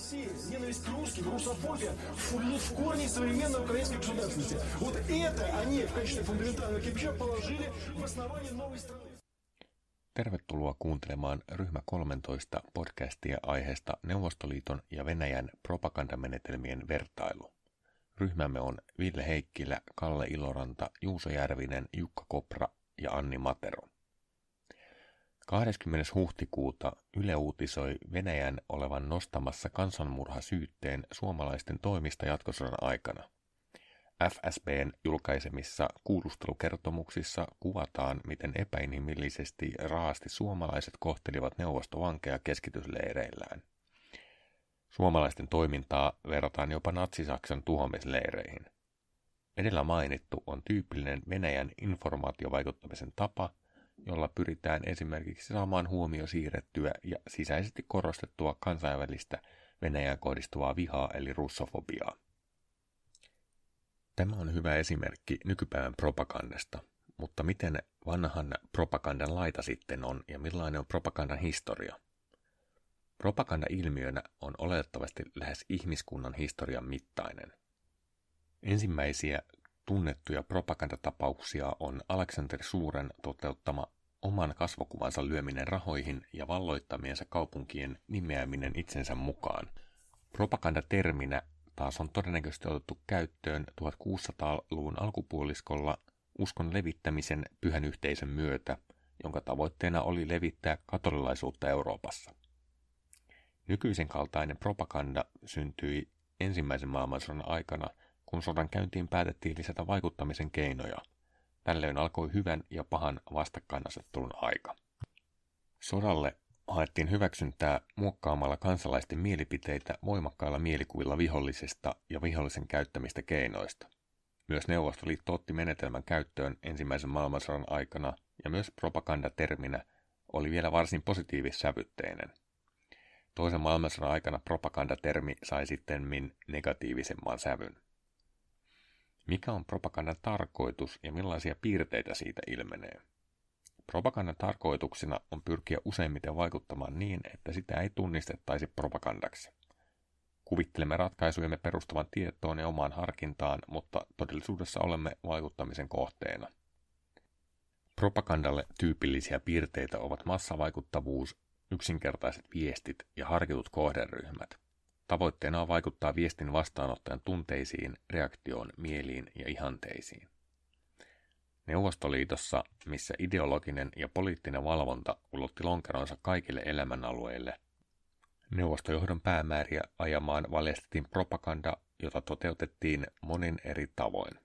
России, ненависть к русским, русофобия вплюнут в корни современной украинской государственности. Вот это они в качестве фундаментального кирпича положили в основание новой страны. Tervetuloa kuuntelemaan Ryhmä 13 podcastia aiheesta Neuvostoliiton ja Venäjän propagandamenetelmien vertailu. Ryhmämme on Ville Heikkilä, Kalle Iloranta, Juuso Järvinen, Jukka Kopra ja Anni Matero. 20. huhtikuuta Yle uutisoi Venäjän olevan nostamassa kansanmurhasyytteen suomalaisten toimista jatkosodan aikana. FSB:n julkaisemissa kuulustelukertomuksissa kuvataan, miten epäinhimillisesti raasti suomalaiset kohtelivat neuvostovankeja keskitysleireillään. Suomalaisten toimintaa verrataan jopa natsi-Saksan tuhoamisleireihin. Edellä mainittu on tyypillinen Venäjän informaatiovaikuttamisen tapa, jolla pyritään esimerkiksi saamaan huomio siirrettyä ja sisäisesti korostettua kansainvälistä Venäjään kohdistuvaa vihaa eli russofobiaa. Tämä on hyvä esimerkki nykypäivän propagandasta, mutta miten vanhan propagandan laita sitten on ja millainen on propagandan historia? Propaganda ilmiönä on oletettavasti lähes ihmiskunnan historian mittainen. Ensimmäisiä tunnettuja propagandatapauksia on Aleksander Suuren toteuttama oman kasvokuvansa lyöminen rahoihin ja valloittamiensa kaupunkien nimeäminen itsensä mukaan. Propagandaterminä taas on todennäköisesti otettu käyttöön 1600-luvun alkupuoliskolla uskon levittämisen pyhän yhteisön myötä, jonka tavoitteena oli levittää katolilaisuutta Euroopassa. Nykyisen kaltainen propaganda syntyi ensimmäisen maailmansodan aikana, kun sodan käyntiin päätettiin lisätä vaikuttamisen keinoja. Tällöin alkoi hyvän ja pahan vastakkainasettelun aika. Sodalle haettiin hyväksyntää muokkaamalla kansalaisten mielipiteitä voimakkailla mielikuvilla vihollisesta ja vihollisen käyttämistä keinoista. Myös Neuvostoliitto otti menetelmän käyttöön ensimmäisen maailmansodan aikana ja myös propagandaterminä oli vielä varsin positiivissävytteinen. Toisen maailmansodan aikana propagandatermi sai sittemmin negatiivisemman sävyn. Mikä on propagandan tarkoitus ja millaisia piirteitä siitä ilmenee? Propagandan tarkoituksena on pyrkiä useimmiten vaikuttamaan niin, että sitä ei tunnistettaisi propagandaksi. Kuvittelemme ratkaisujemme perustuvan tietoon ja omaan harkintaan, mutta todellisuudessa olemme vaikuttamisen kohteena. Propagandalle tyypillisiä piirteitä ovat massavaikuttavuus, yksinkertaiset viestit ja harkitut kohderyhmät. Tavoitteena on vaikuttaa viestin vastaanottajan tunteisiin, reaktioon, mieliin ja ihanteisiin. Neuvostoliitossa, missä ideologinen ja poliittinen valvonta ulotti lonkeronsa kaikille elämänalueille, neuvostojohdon päämääriä ajamaan valjastettiin propaganda, jota toteutettiin monin eri tavoin.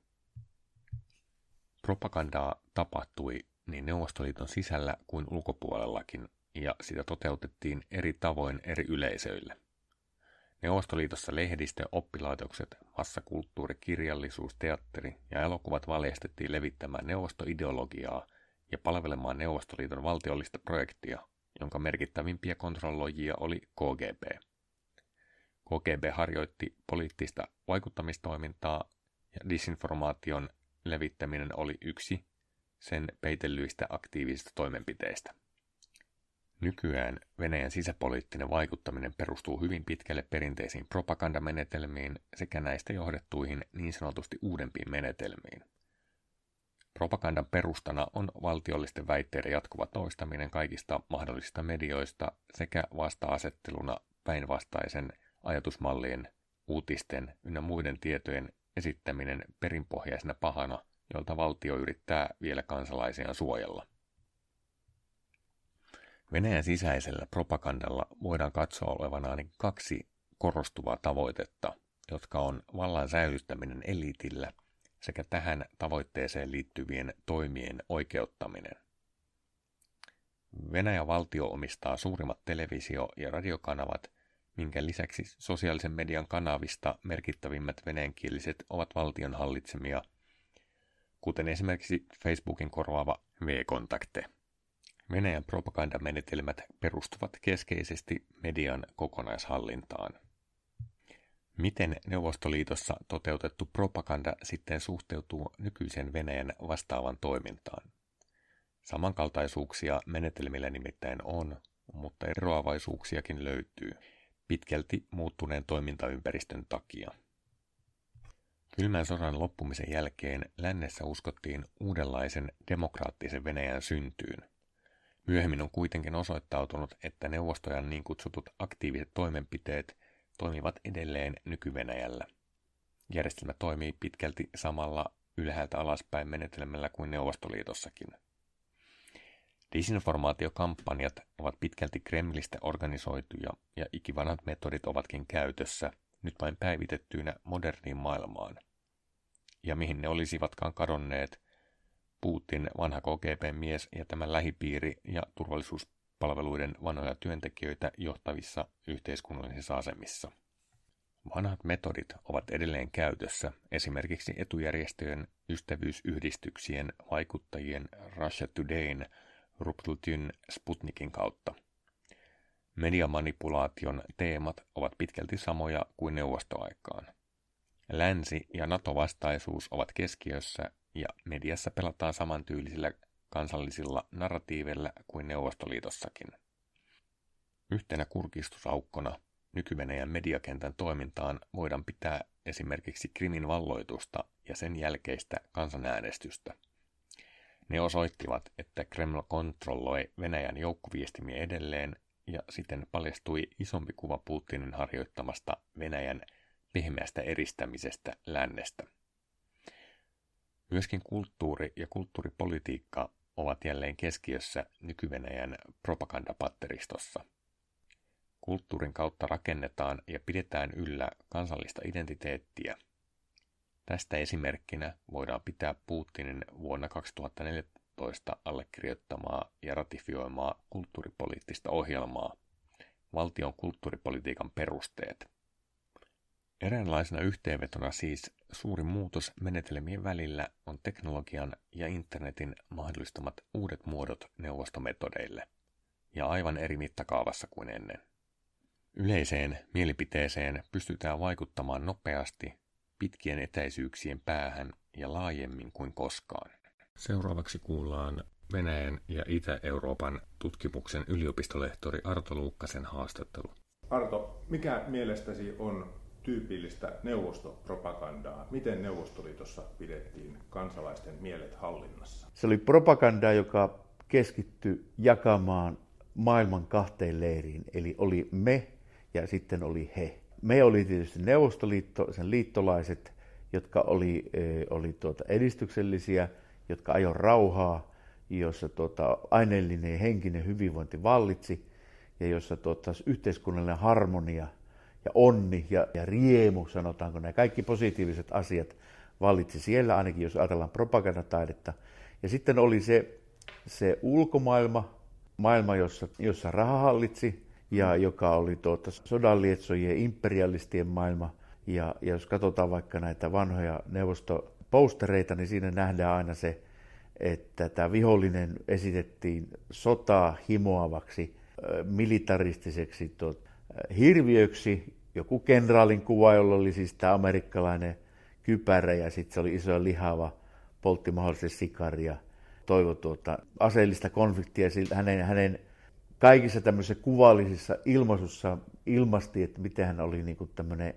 Propagandaa tapahtui niin Neuvostoliiton sisällä kuin ulkopuolellakin, ja sitä toteutettiin eri tavoin eri yleisöille. Neuvostoliitossa lehdistö, oppilaitokset, massakulttuuri, kirjallisuus, teatteri ja elokuvat valjastettiin levittämään neuvostoideologiaa ja palvelemaan Neuvostoliiton valtiollista projektia, jonka merkittävimpiä kontrolloijia oli KGB. KGB harjoitti poliittista vaikuttamistoimintaa ja disinformaation levittäminen oli yksi sen peitellyistä aktiivisista toimenpiteistä. Nykyään Venäjän sisäpoliittinen vaikuttaminen perustuu hyvin pitkälle perinteisiin propagandamenetelmiin sekä näistä johdettuihin niin sanotusti uudempiin menetelmiin. Propagandan perustana on valtiollisten väitteiden jatkuva toistaminen kaikista mahdollisista medioista sekä vasta-asetteluna päinvastaisen ajatusmallien, uutisten ynnä muiden tietojen esittäminen perinpohjaisena pahana, jolta valtio yrittää vielä kansalaisiaan suojella. Venäjän sisäisellä propagandalla voidaan katsoa olevan ainakin kaksi korostuvaa tavoitetta, jotka on vallan säilyttäminen eliitillä sekä tähän tavoitteeseen liittyvien toimien oikeuttaminen. Venäjän valtio omistaa suurimmat televisio- ja radiokanavat, minkä lisäksi sosiaalisen median kanavista merkittävimmät venäjänkieliset ovat valtion hallitsemia, kuten esimerkiksi Facebookin korvaava V-Kontakte. Venäjän propagandamenetelmät perustuvat keskeisesti median kokonaishallintaan. Miten Neuvostoliitossa toteutettu propaganda sitten suhteutuu nykyisen Venäjän vastaavan toimintaan? Samankaltaisuuksia menetelmillä nimittäin on, mutta eroavaisuuksiakin löytyy. pitkälti muuttuneen toimintaympäristön takia. Kylmän sodan loppumisen jälkeen lännessä uskottiin uudenlaisen demokraattisen Venäjän syntyyn. Myöhemmin on kuitenkin osoittautunut, että neuvostojan niin kutsutut aktiiviset toimenpiteet toimivat edelleen nyky-Venäjällä. Järjestelmä toimii pitkälti samalla ylhäältä alaspäin menetelmällä kuin Neuvostoliitossakin. Disinformaatiokampanjat ovat pitkälti Kremlistä organisoituja ja ikivanhat metodit ovatkin käytössä, nyt vain päivitettyinä moderniin maailmaan. Ja mihin ne olisivatkaan kadonneet, Putin, vanha KGB-mies ja tämän lähipiiri ja turvallisuuspalveluiden vanhoja työntekijöitä johtavissa yhteiskunnallisissa asemissa. Vanhat metodit ovat edelleen käytössä esimerkiksi etujärjestöjen, ystävyysyhdistyksien, vaikuttajien, Russia Todayn, Ruptultyn, Sputnikin kautta. Mediamanipulaation teemat ovat pitkälti samoja kuin neuvostoaikaan. Länsi- ja NATO-vastaisuus ovat keskiössä ja mediassa pelataan samantyylisillä kansallisilla narratiiveilla kuin Neuvostoliitossakin. Yhtenä kurkistusaukkona nyky-Venäjän mediakentän toimintaan voidaan pitää esimerkiksi Krimin valloitusta ja sen jälkeistä kansanäänestystä. Ne osoittivat, että Kreml kontrolloi Venäjän joukkoviestimiä edelleen ja siten paljastui isompi kuva Putinin harjoittamasta Venäjän pehmeästä eristämisestä lännestä. Myöskin kulttuuri ja kulttuuripolitiikka ovat jälleen keskiössä nyky-Venäjän propagandapatteristossa. Kulttuurin kautta rakennetaan ja pidetään yllä kansallista identiteettiä. Tästä esimerkkinä voidaan pitää Putinin vuonna 2014 allekirjoittamaa ja ratifioimaa kulttuuripoliittista ohjelmaa, valtion kulttuuripolitiikan perusteet. Eräänlaisena yhteenvetona siis suuri muutos menetelmien välillä on teknologian ja internetin mahdollistamat uudet muodot neuvostometodeille, ja aivan eri mittakaavassa kuin ennen. Yleiseen mielipiteeseen pystytään vaikuttamaan nopeasti, pitkien etäisyyksien päähän ja laajemmin kuin koskaan. Seuraavaksi kuullaan Venäjän ja Itä-Euroopan tutkimuksen yliopistolehtori Arto Luukkasen haastattelu. Arto, mikä mielestäsi on tyypillistä neuvostopropagandaa? Miten Neuvostoliitossa pidettiin kansalaisten mielet hallinnassa? Se oli propagandaa, joka keskittyi jakamaan maailman kahteen leiriin. Eli oli me ja sitten oli he. Me oli tietysti Neuvostoliitto, sen liittolaiset, jotka oli edistyksellisiä, jotka ajoi rauhaa, jossa aineellinen ja henkinen hyvinvointi vallitsi ja jossa yhteiskunnallinen harmonia ja onni ja riemu, sanotaanko nämä kaikki positiiviset asiat vallitsi siellä, ainakin jos ajatellaan propagandataidetta. Ja sitten oli se ulkomaailma, maailma, jossa raha hallitsi ja joka oli sodanlietsojien imperialistien maailma. Ja jos katsotaan vaikka näitä vanhoja neuvostopostereita, niin siinä nähdään aina se, että tämä vihollinen esitettiin sotaa himoavaksi, militaristiseksi hirviöksi. Joku kenraalin kuva, jolla oli siis tämä amerikkalainen kypärä ja sitten se oli iso ja lihava, poltti mahdollisesti sikaria, toivoi aseellista konfliktia. Hänen kaikissa tämmöisissä kuvallisissa ilmaisussa ilmasti, että miten hän oli niin kuin tämmöinen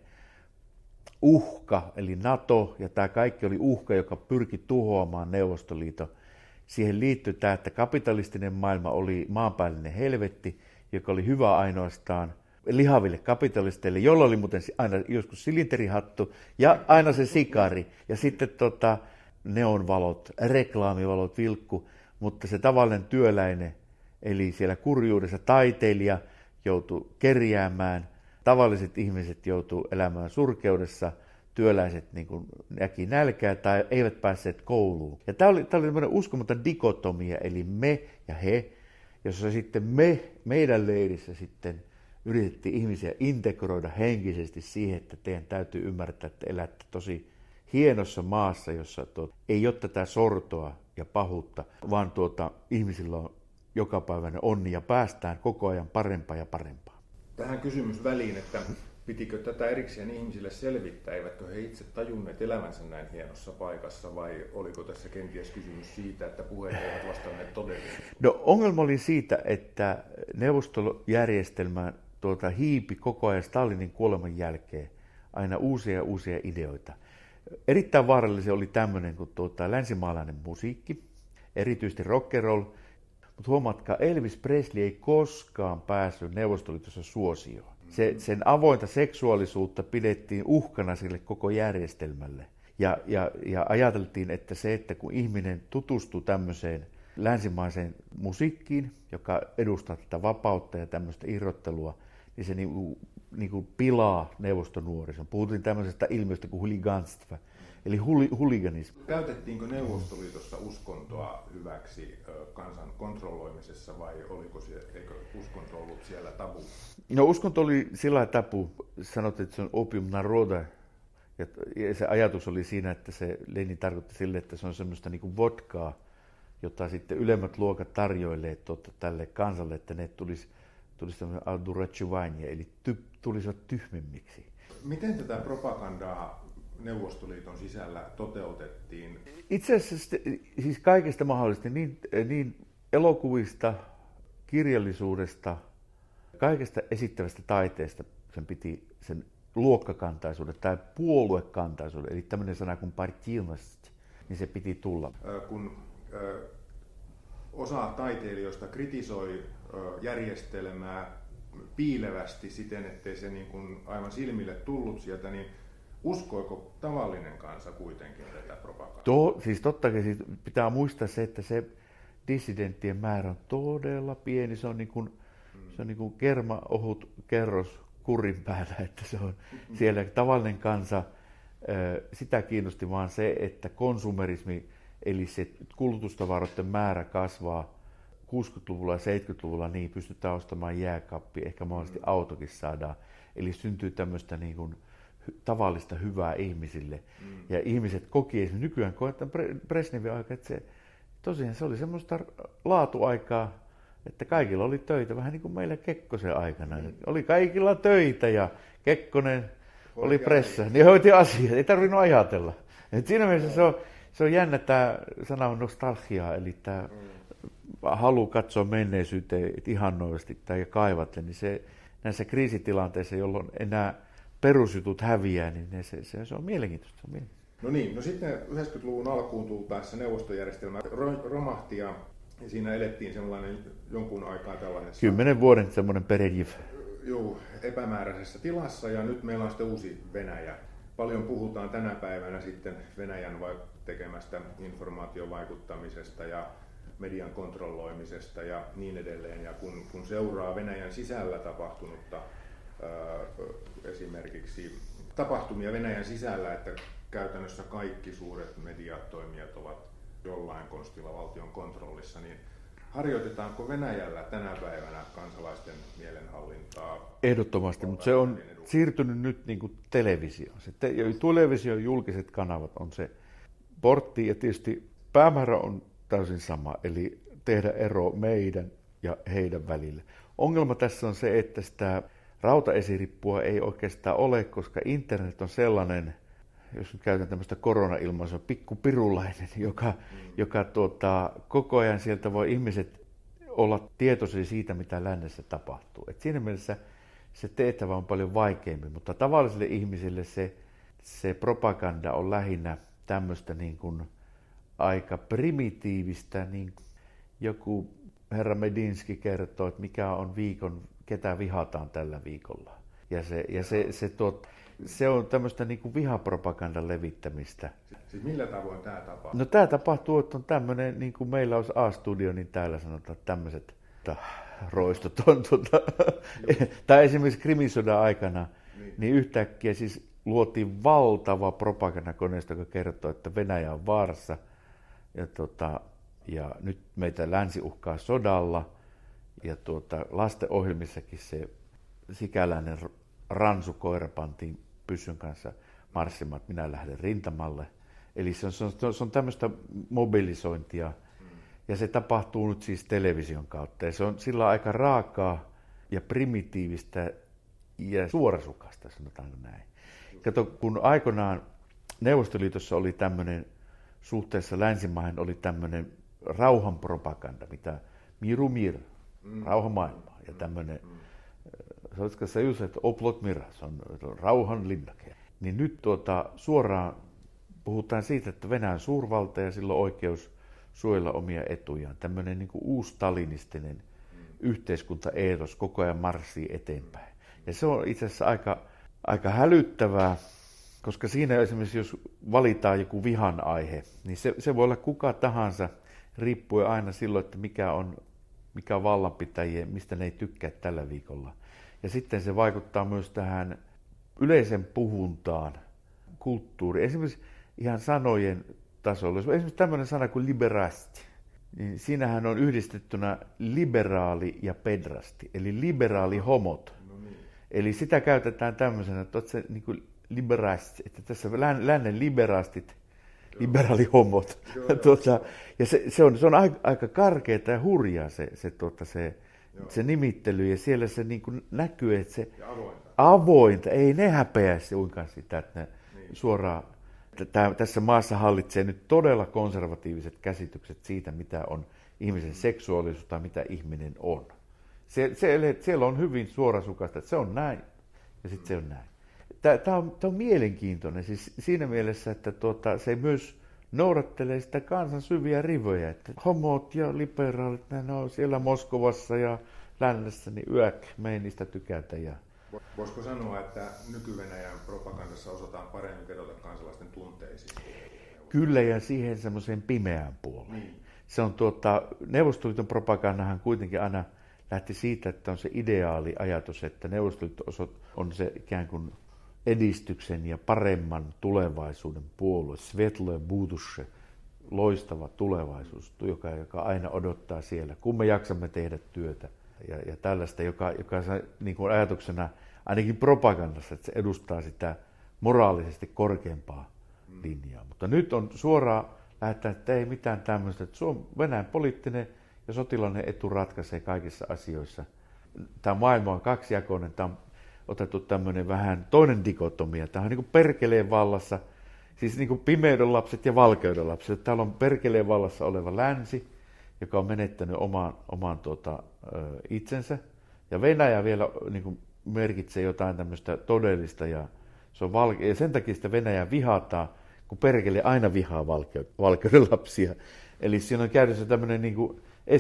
uhka, eli NATO, ja tämä kaikki oli uhka, joka pyrki tuhoamaan Neuvostoliiton. Siihen liittyi tämä, että kapitalistinen maailma oli maanpäällinen helvetti, joka oli hyvä ainoastaan lihaville kapitalisteille, jolla oli muuten aina joskus silinterihattu ja aina se sikari. Ja sitten neonvalot, reklaamivalot vilkku, mutta se tavallinen työläinen, eli siellä kurjuudessa taiteilija joutui kerjäämään, tavalliset ihmiset joutuu elämään surkeudessa, työläiset niin kuin näki nälkää tai eivät päässeet kouluun. Ja tämä oli tämmöinen uskomaton dikotomia, eli me ja he, jossa sitten meidän leirissä sitten yritettiin ihmisiä integroida henkisesti siihen, että teidän täytyy ymmärtää, että elätte tosi hienossa maassa, jossa ei ole tätä sortoa ja pahuutta, vaan ihmisillä on jokapäiväinen onni ja päästään koko ajan parempaa ja parempaa. Tähän kysymys väliin, että pitikö tätä erikseen ihmisille selvittää, eivätkö he itse tajunneet elämänsä näin hienossa paikassa, vai oliko tässä kenties kysymys siitä, että puheet eivät vastanneet todellisuutta? No ongelma oli siitä, että neuvostojärjestelmän hiipi koko ajan Stalinin kuoleman jälkeen aina uusia ja uusia ideoita. Erittäin vaarallisia oli tämmöinen kuin länsimaalainen musiikki, erityisesti rock and roll. Mutta huomatkaa, Elvis Presley ei koskaan päässyt Neuvostoliitossa suosioon. Sen avointa seksuaalisuutta pidettiin uhkana sille koko järjestelmälle. Ja ajateltiin, että se, että kun ihminen tutustuu tämmöiseen länsimaiseen musiikkiin, joka edustaa tätä vapautta ja tämmöistä irrottelua, niin se niinku pilaa neuvostonuorison. Puhuttiin tämmöisestä ilmiöstä kuin huliganstva, eli huliganismi. Käytettiinkö Neuvostoliitossa uskontoa hyväksi kansan kontrolloimisessa vai eikö uskonto ollut siellä tabu? No uskonto oli sillä tabu. Sanottiin, että se on opium naroda. Ja se ajatus oli siinä, että se Lenin tarkoitti sille, että se on semmoista niin kuin vodkaa, jota sitten ylemmät luokat tarjoilee tälle kansalle, että ne tulisi tämmöinen aldurachivania, eli tulisivat tyhmemmiksi. Miten tätä propagandaa Neuvostoliiton sisällä toteutettiin? Itse asiassa siis kaikesta mahdollisesti, niin elokuvista, kirjallisuudesta, kaikesta esittävästä taiteesta sen luokkakantaisuuden tai puoluekantaisuuden, eli tämmöinen sana kuin partijnost, niin se piti tulla. Kun osa taiteilijoista kritisoi järjestelmää piilevästi siten, ettei se niin kuin aivan silmille tullut sieltä, niin uskoiko tavallinen kansa kuitenkin tätä propagandaa? Siis totta kai siis pitää muistaa se, että se dissidenttien määrä on todella pieni. Se on niin kuin kerma ohut kerros kurin päällä, että se on siellä tavallinen kansa. Sitä kiinnosti vaan se, että konsumerismi, eli se kulutustavaroiden määrä kasvaa 60-luvulla ja 70-luvulla, niin pystytään ostamaan jääkaappi, ehkä mahdollisesti autokin saadaan. Eli syntyy tämmöistä niin kuin tavallista hyvää ihmisille. Ja ihmiset koki, esimerkiksi nykyään koetaan Brezhnevin aika, että tosiaan se oli semmoista laatuaikaa, että kaikilla oli töitä, vähän niin kuin meillä Kekkosen aikana. Oli kaikilla töitä ja Kekkonen oli pressa, niin hoiti asiat, ei tarvinnut ajatella. Et siinä mielessä se on jännä tämä sana nostalgiaa, eli tämä halu katsoa menneisyyteen ihannoivasti tai kaivaten, niin se näissä kriisitilanteissa, jolloin enää perusjutut häviää, niin se on mielenkiintoista. No niin, no sitten 90-luvun alkuun tultaessa neuvostojärjestelmä romahti ja siinä elettiin sellainen jonkun aikaa tällaisessa 10 vuoden semmoinen perejiv. Joo, epämääräisessä tilassa ja nyt meillä on sitten uusi Venäjä. Paljon puhutaan tänä päivänä sitten Venäjän tekemästä informaatiovaikuttamisesta ja median kontrolloimisesta ja niin edelleen. Ja kun seuraa Venäjän sisällä tapahtunutta esimerkiksi tapahtumia Venäjän sisällä, että käytännössä kaikki suuret mediatoimijat ovat jollain konstilla valtion kontrollissa, niin harjoitetaanko Venäjällä tänä päivänä kansalaisten mielenhallintaa? Ehdottomasti, mutta se on siirtynyt nyt niin kuin televisioon. Television julkiset kanavat on se portti ja tietysti päämäärä on täysin sama, eli tehdä ero meidän ja heidän välillä. Ongelma tässä on se, että sitä rautaesirippua ei oikeastaan ole, koska internet on sellainen, jos nyt käytän tämmöistä korona-ilmaisua, pikkupirulainen, joka koko ajan sieltä voi ihmiset olla tietoisia siitä, mitä lännessä tapahtuu. Et siinä mielessä se tehtävä on paljon vaikeampi, mutta tavallisille ihmisille se propaganda on lähinnä tämmöistä niin kuin aika primitiivistä, niin joku herra Medinski kertoo, että mikä on viikon, ketä vihataan tällä viikolla. Se on tämmöistä niin kuin vihapropagandan levittämistä. Siis millä tavoin tämä tapahtuu? No tämä tapahtuu, että on tämmöinen, niin kuin meillä olisi A-studio, niin täällä sanotaan tämmöiset roistot on. Tai esimerkiksi krimisodan aikana, niin yhtäkkiä siis luotiin valtava propagandakoneisto, joka kertoo, että Venäjä on vaarassa. Ja nyt meitä länsi uhkaa sodalla. Ja lastenohjelmissakin se sikäläinen ransukoira pantiin pyssyn kanssa marssimaan, että minä lähden rintamalle. Eli se on tämmöistä mobilisointia. Ja se tapahtuu nyt siis television kautta. Ja se on sillä aika raakaa ja primitiivistä ja suorasukasta, sanotaanko näin. Kato, kun aikoinaan Neuvostoliitossa oli tämmöinen, suhteessa länsimaihin oli tämmöinen rauhanpropaganda, mitä miru mir, rauha maailmaa, ja tämmöinen Sovjetska Союз, että oplot mira, se on rauhan linnake. Niin nyt suoraan puhutaan siitä, että Venäjä on suurvalta ja sillä on oikeus suojella omia etujaan. Tämmöinen niin kuin uustalinistinen yhteiskuntaeetos koko ajan marssii eteenpäin. Ja se on itse asiassa aika hälyttävää, koska siinä esimerkiksi jos valitaan joku vihan aihe, niin se voi olla kuka tahansa, riippuen aina silloin, että mikä on vallanpitäjien, mistä ne ei tykkää tällä viikolla. Ja sitten se vaikuttaa myös tähän yleisen puhuntaan, kulttuuriin. Esimerkiksi ihan sanojen tasolla. Esimerkiksi tämmöinen sana kuin liberasti, niin siinähän on yhdistettynä liberaali ja pedrasti, eli liberaali homot. No niin. Eli sitä käytetään tämmöisenä, että olet se niin kuin liberasti, että tässä lännen liberastit, liberaalihomot. Ja se on aika karkeata ja hurjaa se nimittely, ja siellä se niin kuin näkyy, että se avointa. Ei ne häpeä suinkaan sitä, että ne suoraan. Tässä maassa hallitsee nyt todella konservatiiviset käsitykset siitä, mitä on ihmisen seksuaalisuus tai mitä ihminen on. Siellä on hyvin suorasukaista, että se on näin ja sitten se on näin. Tämä on mielenkiintoinen siis siinä mielessä, että se myös noudattelee sitä kansan syviä rivöjä. Että homot ja liberaalit, ne on siellä Moskovassa ja lännessä, niin me ei niistä tykätä. Voisiko sanoa, että nyky-Venäjän propagandassa osataan paremmin vedota kansalaisten tunteisiin? Kyllä, ja siihen semmoiseen pimeään puoleen. Niin. Se on Neuvostoliiton propagandahan kuitenkin aina lähti siitä, että on se ideaali ajatus, että Neuvostoliitto on se ikään kuin edistyksen ja paremman tulevaisuuden puolue, svetloe buduše, loistava tulevaisuus, joka aina odottaa siellä, kun me jaksamme tehdä työtä. Ja tällaista, joka niin kuin ajatuksena, ainakin propagandassa, että se edustaa sitä moraalisesti korkeampaa linjaa. Mutta nyt on suoraan lähdetään, että ei mitään tämmöistä, että Venäjän poliittinen ja sotilainen etu ratkaisee kaikissa asioissa. Tämä maailma on kaksijakoinen, tämä on otettu tämmöinen vähän toinen dikotomia. Tämä on niin kuin perkeleen vallassa, siis niin kuin pimeyden lapset ja valkeuden lapset. Täällä on perkeleen vallassa oleva länsi, joka on menettänyt oman itsensä. Ja Venäjä vielä niin kuin merkitsee jotain tämmöistä todellista. Ja sen takia sitä Venäjää vihataan, kun perkele aina vihaa valkeuden lapsia. Eli siinä on käytössä tämmöinen niin kuin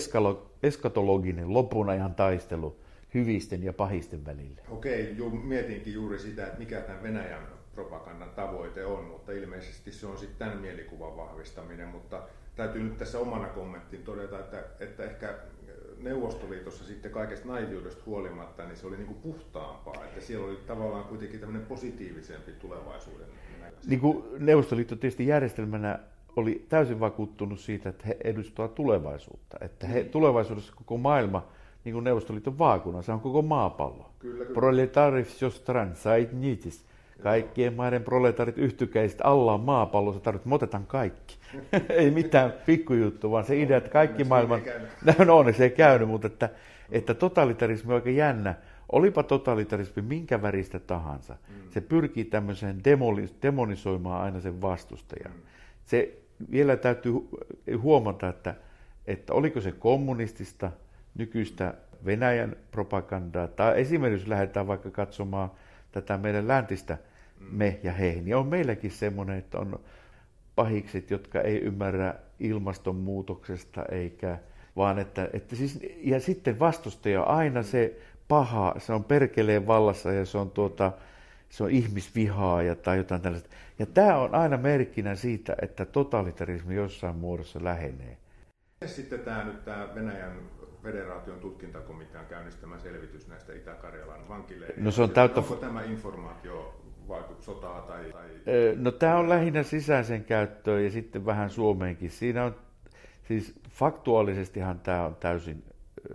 eskatologinen lopunajan taistelu hyvisten ja pahisten välillä. Okei, mietinkin juuri sitä, että mikä tämän Venäjän propagandan tavoite on, mutta ilmeisesti se on sitten tämän mielikuvan vahvistaminen, mutta täytyy nyt tässä omana kommenttiin todeta, että ehkä Neuvostoliitossa sitten kaikesta naiviudesta huolimatta, niin se oli niin kuin puhtaampaa, että siellä oli tavallaan kuitenkin tämmöinen positiivisempi tulevaisuuden näkö. Niin kuin Neuvostoliitto tietysti järjestelmänä oli täysin vakuuttunut siitä, että he edustavat tulevaisuutta, että tulevaisuudessa koko maailma, niin kuin Neuvostoliiton vaakuna, se on koko maapallo. Proletariat jostran sait niitis. Kaikkien maiden proletaarit yhtykäiset, alla on maapallo, me otetaan kaikki. Ei mitään pikkujuttu, vaan se idea, että kaikki maailman... No se ei käynyt, mutta että totalitarismi on aika jännä. Olipa totalitarismi minkä väristä tahansa. Se pyrkii tämmöiseen demonisoimaan aina sen vastustajan. Se vielä täytyy huomata, että oliko se kommunistista, nykyistä Venäjän propagandaa, tai esimerkiksi lähdetään vaikka katsomaan tätä meidän läntistä me ja he, niin on meilläkin semmoinen, että on pahikset, jotka ei ymmärrä ilmastonmuutoksesta, vaan että siis, ja sitten vastustaja aina se paha, se on perkeleen vallassa ja se on ihmisvihaa tai jotain tällaista. Ja tämä on aina merkkinä siitä, että totalitarismi jossain muodossa lähenee. Sitten tämä Venäjän federaation tutkintakomitean käynnistämä selvitys näistä Itä-Karjalan vankileireistä. No se on täyttä... Onko tämä informaatio sotaa tai... No tämä on lähinnä sisäisen käyttöön ja sitten vähän Suomeenkin. Siinä on, siis faktuaalisestihan tämä on täysin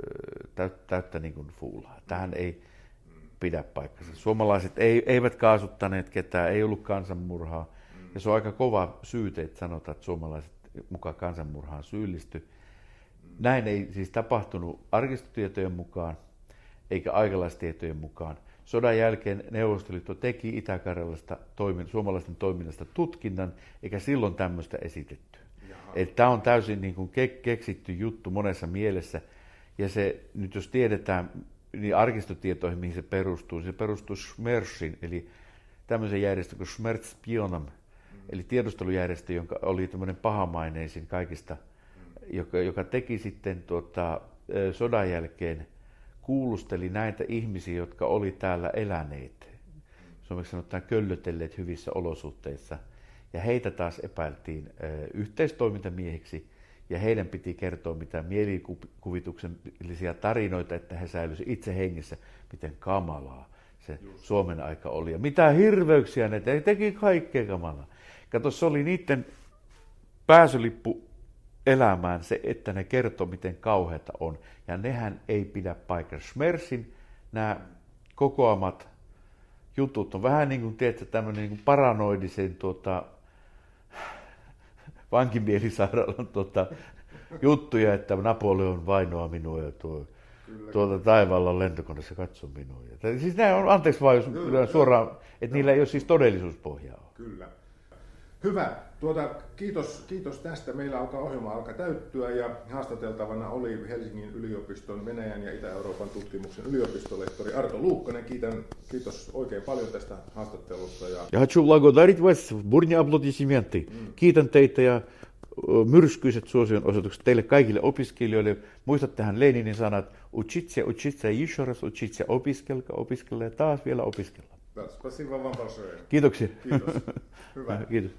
täyttä niin kuin fuulaa. Tähän ei pidä paikkansa. Suomalaiset eivät kaasuttaneet ketään, ei ollut kansanmurhaa. Ja se on aika kova syyte, että sanotaan, että suomalaiset mukaan kansanmurhaan syyllisty. Näin ei siis tapahtunut arkistotietojen mukaan, eikä aikalaistietojen mukaan. Sodan jälkeen Neuvostoliitto teki Itä-Karjalasta suomalaisten toiminnasta tutkinnan, eikä silloin tämmöistä esitetty. Tämä on täysin niin kuin keksitty juttu monessa mielessä. Ja se nyt jos tiedetään, niin arkistotietoihin, mihin se perustuu. Se perustuu Schmersin, eli tämmöisen järjestön kuin Schmerzspionam, eli tiedustelujärjestö, joka oli tämmöinen pahamaineisin kaikista, joka teki sitten sodan jälkeen, kuulusteli näitä ihmisiä, jotka oli täällä eläneet. Suomeksi sanotaan köllötelleet hyvissä olosuhteissa. Ja heitä taas epäiltiin yhteistoimintamiehiksi, ja heidän piti kertoa mitään mielikuvituksellisia tarinoita, että he säilyisivät itse hengissä, miten kamalaa se Suomen aika oli. Ja mitä hirveyksiä ne teki kaikkea kamalaa. Kato, se oli niiden pääsylippu elämään se, että ne kertoo, miten kauheata on. Ja nehän ei pidä paikkaa. Schmersin nämä kokoamat jutut on vähän niin kuin, tiedätkö, tämmöinen niin kuin paranoidisen vankimielisairaalan juttuja, että Napoleon vainoaa minua ja tuolta taivaalla on lentokoneessa katso minua. Siis nämä on, anteeksi vaan, jos suoraan, että niillä ei ole siis todellisuuspohjaa. Kyllä. Hyvä. Kiitos tästä. Meillä ohjelma alkaa täyttyä ja haastateltavana oli Helsingin yliopiston Venäjän ja Itä-Euroopan tutkimuksen yliopistolehtori Arto Luukkonen. Kiitos oikein paljon tästä haastattelusta. Ja хочу благодарить вас, бурные аплодисменты. Kiitän teitä ja myrskyiset suosionosoitukset teille kaikille opiskelijoille. Muistattehan Leninin sanat, учиться, учиться, еще раз учиться, opiskella ja taas vielä opiskella. Спасибо вам большое. Kiitoksia. Kiitos. Hyvä. Kiitos.